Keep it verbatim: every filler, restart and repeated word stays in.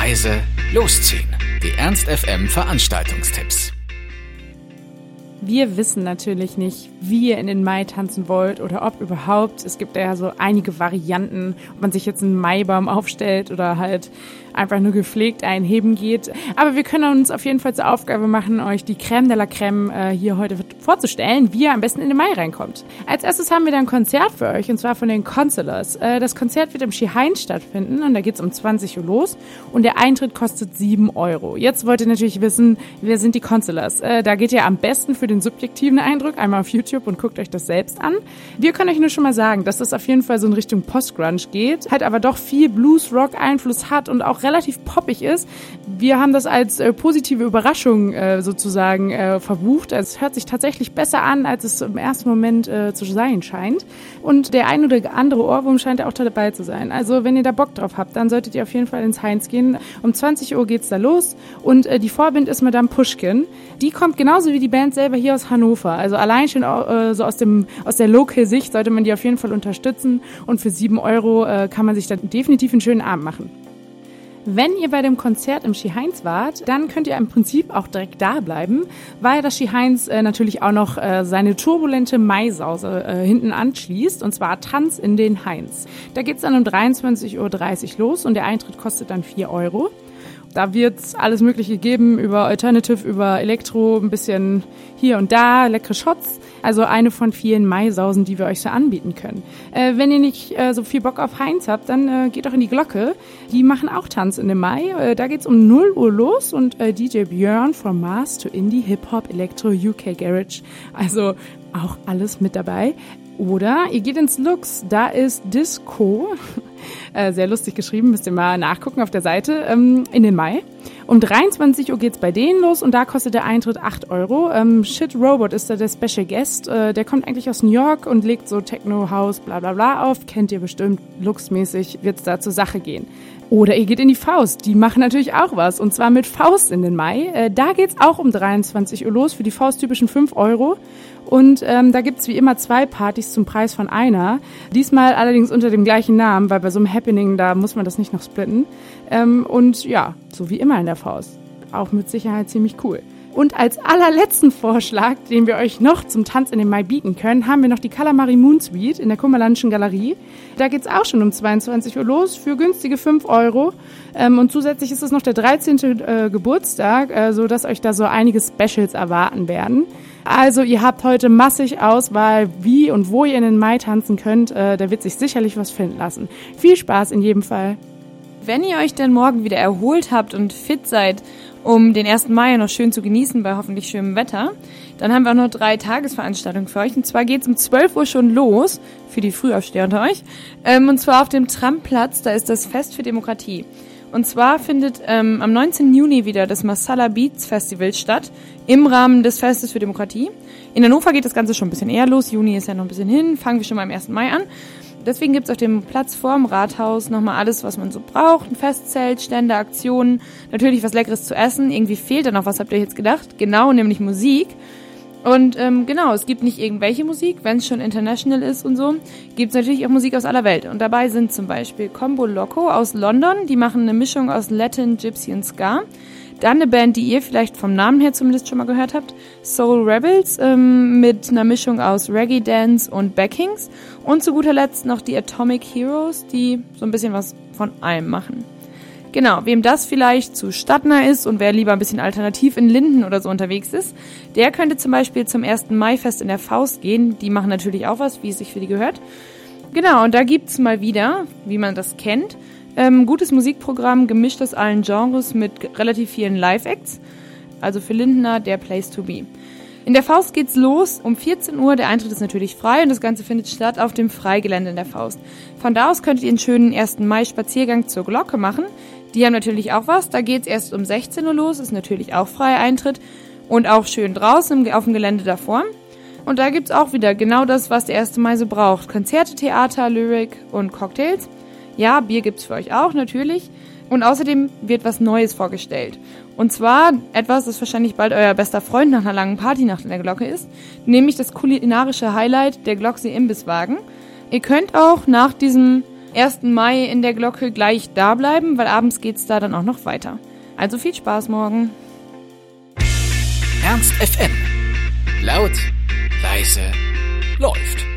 leise losziehen. Die Ernst F M Veranstaltungstipps. Wir wissen natürlich nicht, wie ihr in den Mai tanzen wollt oder ob überhaupt. Es gibt ja so einige Varianten, ob man sich jetzt einen Maibaum aufstellt oder halt einfach nur gepflegt einheben geht. Aber wir können uns auf jeden Fall zur Aufgabe machen, euch die Crème de la Crème äh, hier heute vorzustellen, wie ihr am besten in den Mai reinkommt. Als erstes haben wir dann ein Konzert für euch, und zwar von den Consolers. Äh, das Konzert wird im Ski-Heinz stattfinden und da geht's um zwanzig Uhr los und der Eintritt kostet sieben Euro. Jetzt wollt ihr natürlich wissen, wer sind die Consolers? Äh, da geht ihr am besten für den subjektiven Eindruck einmal auf YouTube und guckt euch das selbst an. Wir können euch nur schon mal sagen, dass das auf jeden Fall so in Richtung Post-Grunge geht, halt aber doch viel Blues-Rock-Einfluss hat und auch relativ poppig ist. Wir haben das als äh, positive Überraschung äh, sozusagen äh, verbucht. Also es hört sich tatsächlich besser an, als es im ersten Moment äh, zu sein scheint. Und der ein oder andere Ohrwurm scheint auch dabei zu sein. Also wenn ihr da Bock drauf habt, dann solltet ihr auf jeden Fall ins Heinz gehen. Um zwanzig Uhr geht's da los und äh, die Vorband ist Madame Puschkin. Die kommt genauso wie die Band selber hier aus Hannover. Also allein schon äh, so aus dem aus der Local-Sicht sollte man die auf jeden Fall unterstützen. Und für sieben Euro äh, kann man sich da definitiv einen schönen Abend machen. Wenn ihr bei dem Konzert im Ski-Heinz wart, dann könnt ihr im Prinzip auch direkt da bleiben, weil das Ski-Heinz äh, natürlich auch noch äh, seine turbulente Maisause äh, hinten anschließt, und zwar Tanz in den Heinz. Da geht's dann um dreiundzwanzig Uhr dreißig los und der Eintritt kostet dann vier Euro. Da wird's alles Mögliche geben, über Alternative, über Elektro, ein bisschen hier und da, leckere Shots. Also eine von vielen Maisausen, die wir euch so anbieten können. Äh, wenn ihr nicht äh, so viel Bock auf Heinz habt, dann äh, geht doch in die Glocke. Die machen auch Tanz in dem Mai. Äh, da geht's um null Uhr los und äh, D J Björn from Mars to Indie, Hip-Hop, Elektro, U K Garage. Also auch alles mit dabei. Oder ihr geht ins Lux, da ist Disco, äh, sehr lustig geschrieben, müsst ihr mal nachgucken auf der Seite, ähm, in den Mai. Um dreiundzwanzig Uhr geht's bei denen los und da kostet der Eintritt acht Euro. Ähm, Shit Robot ist da der Special Guest, äh, der kommt eigentlich aus New York und legt so Techno, House, bla bla bla auf, kennt ihr bestimmt, Lux-mäßig wird's da zur Sache gehen. Oder ihr geht in die Faust, die machen natürlich auch was, und zwar mit Faust in den Mai. Äh, da geht's auch um dreiundzwanzig Uhr los, für die Faust-typischen fünf Euro. Und ähm, da gibt's wie immer zwei Partys zum Preis von einer. Diesmal allerdings unter dem gleichen Namen, weil bei so einem Happening, da muss man das nicht noch splitten. Ähm, und ja, so wie immer in der Faust. Auch mit Sicherheit ziemlich cool. Und als allerletzten Vorschlag, den wir euch noch zum Tanz in den Mai bieten können, haben wir noch die Calamari Moon Suite in der Kummerlandschen Galerie. Da geht's auch schon um zweiundzwanzig Uhr los für günstige fünf Euro. Ähm, und zusätzlich ist es noch der dreizehnte Äh, Geburtstag, äh, so dass euch da so einige Specials erwarten werden. Also ihr habt heute massig Auswahl, wie und wo ihr in den Mai tanzen könnt. Äh, da wird sich sicherlich was finden lassen. Viel Spaß in jedem Fall. Wenn ihr euch dann morgen wieder erholt habt und fit seid, um den ersten Mai noch schön zu genießen bei hoffentlich schönem Wetter, dann haben wir auch noch drei Tagesveranstaltungen für euch. Und zwar geht's um zwölf Uhr schon los, für die Frühaufsteher unter euch. Ähm, und zwar auf dem Tramplatz, da ist das Fest für Demokratie. Und zwar findet ähm, am neunzehnten Juni wieder das Masala Beats Festival statt, im Rahmen des Festes für Demokratie. In Hannover geht das Ganze schon ein bisschen eher los, Juni ist ja noch ein bisschen hin, fangen wir schon mal am ersten Mai an. Deswegen gibt's auf dem Platz vorm Rathaus nochmal alles, was man so braucht. Ein Festzelt, Stände, Aktionen, natürlich was Leckeres zu essen. Irgendwie fehlt da noch was, habt ihr jetzt gedacht? Genau, nämlich Musik. Und ähm, genau, es gibt nicht irgendwelche Musik, wenn es schon international ist und so, gibt es natürlich auch Musik aus aller Welt. Und dabei sind zum Beispiel Combo Loco aus London, die machen eine Mischung aus Latin, Gypsy und Ska. Dann eine Band, die ihr vielleicht vom Namen her zumindest schon mal gehört habt, Soul Rebels, ähm, mit einer Mischung aus Reggae Dance und Backings. Und zu guter Letzt noch die Atomic Heroes, die so ein bisschen was von allem machen. Genau, wem das vielleicht zu stadtnah ist und wer lieber ein bisschen alternativ in Linden oder so unterwegs ist, der könnte zum Beispiel zum ersten Maifest in der Faust gehen. Die machen natürlich auch was, wie es sich für die gehört. Genau, und da gibt's mal wieder, wie man das kennt, ähm, gutes Musikprogramm, gemischt aus allen Genres mit relativ vielen Live-Acts. Also für Lindener der Place to be. In der Faust geht's los um vierzehn Uhr. Der Eintritt ist natürlich frei und das Ganze findet statt auf dem Freigelände in der Faust. Von da aus könntet ihr einen schönen ersten Mai-Spaziergang zur Glocke machen. Die haben natürlich auch was. Da geht's erst um sechzehn Uhr los, ist natürlich auch freier Eintritt und auch schön draußen auf dem Gelände davor. Und da gibt's auch wieder genau das, was der erste Mai so braucht. Konzerte, Theater, Lyrik und Cocktails. Ja, Bier gibt's für euch auch, natürlich. Und außerdem wird was Neues vorgestellt. Und zwar etwas, das wahrscheinlich bald euer bester Freund nach einer langen Partynacht in der Glocke ist, nämlich das kulinarische Highlight der Glocksee Imbisswagen. Ihr könnt auch nach diesem ersten Mai in der Glocke gleich da bleiben, weil abends geht's da dann auch noch weiter. Also viel Spaß morgen. Ernst F M. Laut, leise, läuft.